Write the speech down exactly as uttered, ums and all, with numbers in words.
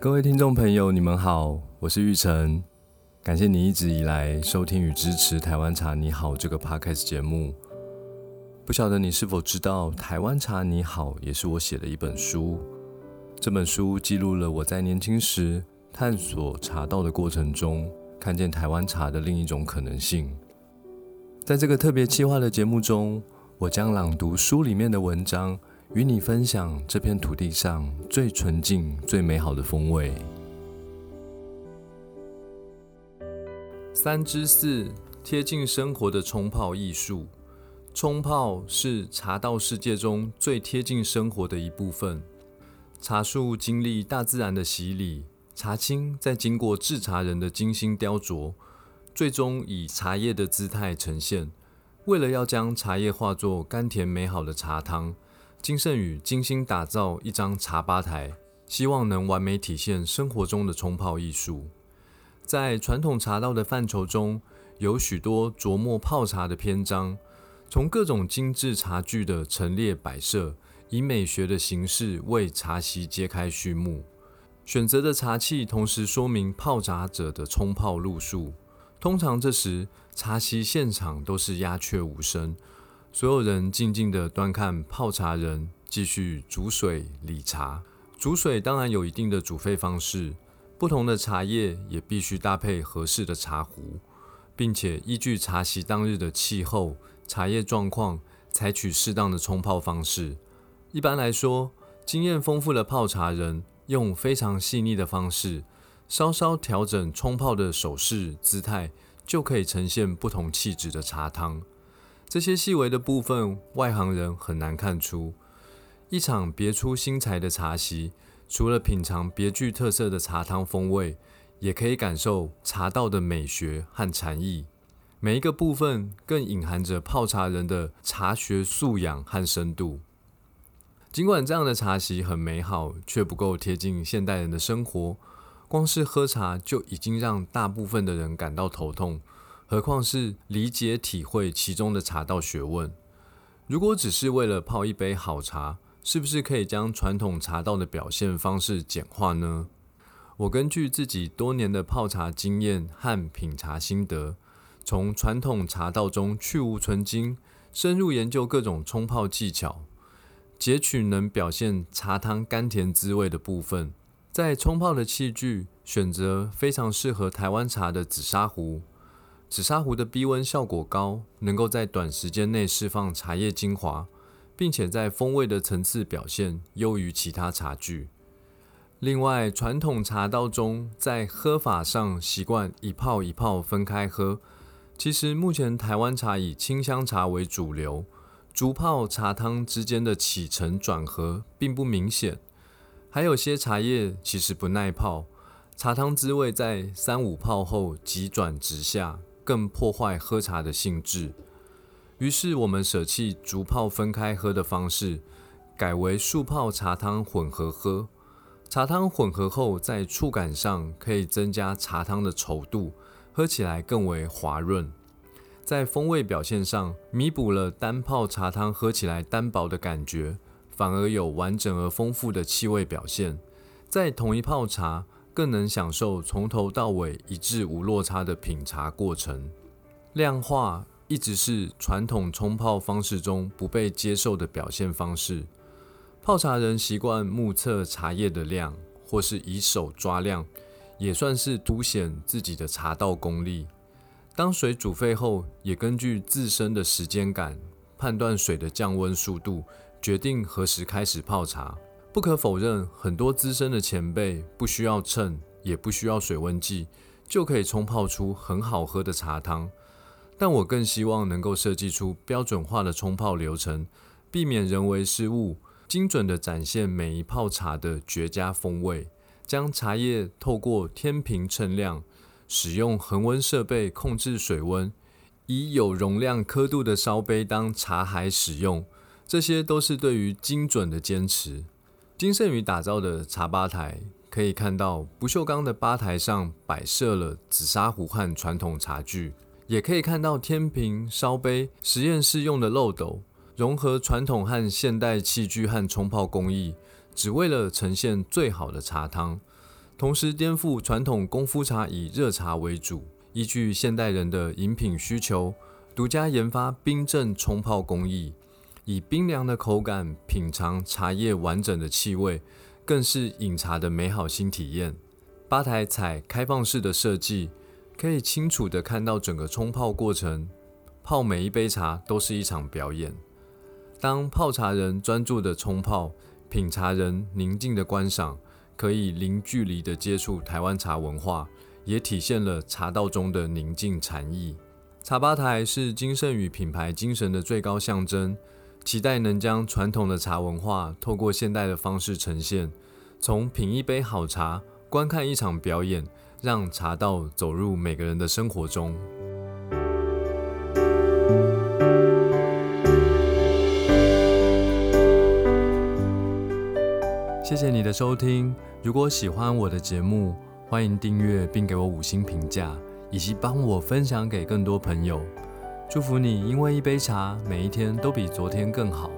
各位听众朋友，你们好，我是玉成，感谢你一直以来收听与支持台湾茶你好这个 Podcast 节目。不晓得你是否知道，台湾茶你好也是我写的一本书。这本书记录了我在年轻时探索茶道的过程中，看见台湾茶的另一种可能性。在这个特别企划的节目中，我将朗读书里面的文章，与你分享这片土地上最纯净、最美好的风味。三之四，贴近生活的冲泡艺术。冲泡是茶道世界中最贴近生活的一部分。茶树经历大自然的洗礼，茶青再经过制茶人的精心雕琢，最终以茶叶的姿态呈现。为了要将茶叶化作甘甜美好的茶汤，金圣宇精心打造一张茶吧台，希望能完美体现生活中的冲泡艺术。在传统茶道的范畴中，有许多琢磨泡茶的篇章，从各种精致茶具的陈列摆设，以美学的形式为茶席揭开序幕。选择的茶器同时说明泡茶者的冲泡路数。通常这时，茶席现场都是鸦雀无声，所有人静静地端看泡茶人继续煮水理茶。煮水当然有一定的煮沸方式，不同的茶叶也必须搭配合适的茶壶，并且依据茶席当日的气候、茶叶状况，采取适当的冲泡方式。一般来说，经验丰富的泡茶人用非常细腻的方式，稍稍调整冲泡的手势姿态，就可以呈现不同气质的茶汤。这些细微的部分，外行人很难看出。一场别出心裁的茶席，除了品尝别具特色的茶汤风味，也可以感受茶道的美学和禅意。每一个部分更隐含着泡茶人的茶学素养和深度。尽管这样的茶席很美好，却不够贴近现代人的生活。光是喝茶就已经让大部分的人感到头痛，何况是理解体会其中的茶道学问。如果只是为了泡一杯好茶，是不是可以将传统茶道的表现方式简化呢？我根据自己多年的泡茶经验和品茶心得，从传统茶道中去无存精，深入研究各种冲泡技巧，截取能表现茶汤甘甜滋味的部分。在冲泡的器具，选择非常适合台湾茶的紫砂壶。紫砂壶的逼温效果高，能够在短时间内释放茶叶精华，并且在风味的层次表现优于其他茶具。另外，传统茶道中在喝法上习惯一泡一泡分开喝，其实目前台湾茶以清香茶为主流，逐泡茶汤之间的起承转合并不明显。还有些茶叶其实不耐泡，茶汤滋味在三五泡后急转直下，更破坏喝茶的兴致。于是我们舍弃逐泡分开喝的方式，改为数泡茶汤混合喝。茶汤混合后，在触感上可以增加茶汤的稠度，喝起来更为滑润。在风味表现上，弥补了单泡茶汤喝起来单薄的感觉，反而有完整而丰富的气味表现。在同一泡茶，更能享受从头到尾一致无落差的品茶过程。量化一直是传统冲泡方式中不被接受的表现方式。泡茶人习惯目测茶叶的量，或是以手抓量，也算是凸显自己的茶道功力。当水煮沸后，也根据自身的时间感，判断水的降温速度，决定何时开始泡茶。不可否认，很多资深的前辈不需要秤，也不需要水温计，就可以冲泡出很好喝的茶汤。但我更希望能够设计出标准化的冲泡流程，避免人为失误，精准地展现每一泡茶的绝佳风味。将茶叶透过天平称量，使用恒温设备控制水温，以有容量刻度的烧杯当茶海使用，这些都是对于精准的坚持。金圣宇打造的茶吧台，可以看到不锈钢的吧台上摆设了紫砂壶和传统茶具，也可以看到天平、烧杯、实验室用的漏斗，融合传统和现代器具和冲泡工艺，只为了呈现最好的茶汤。 同时颠覆传统功夫茶以热茶为主，依据现代人的饮品需求，独家研发冰镇冲泡工艺，以冰凉的口感品尝茶叶完整的气味，更是饮茶的美好新体验。吧台采开放式的设计，可以清楚地看到整个冲泡过程，泡每一杯茶都是一场表演。当泡茶人专注的冲泡，品茶人宁静的观赏，可以零距离的接触台湾茶文化，也体现了茶道中的宁静禅意。茶吧台是金盛宇品牌精神的最高象征，期待能将传统的茶文化透过现代的方式呈现，从品一杯好茶，观看一场表演，让茶道走入每个人的生活中。谢谢你的收听，如果喜欢我的节目，欢迎订阅并给我五星评价，以及帮我分享给更多朋友。祝福你因为一杯茶，每一天都比昨天更好。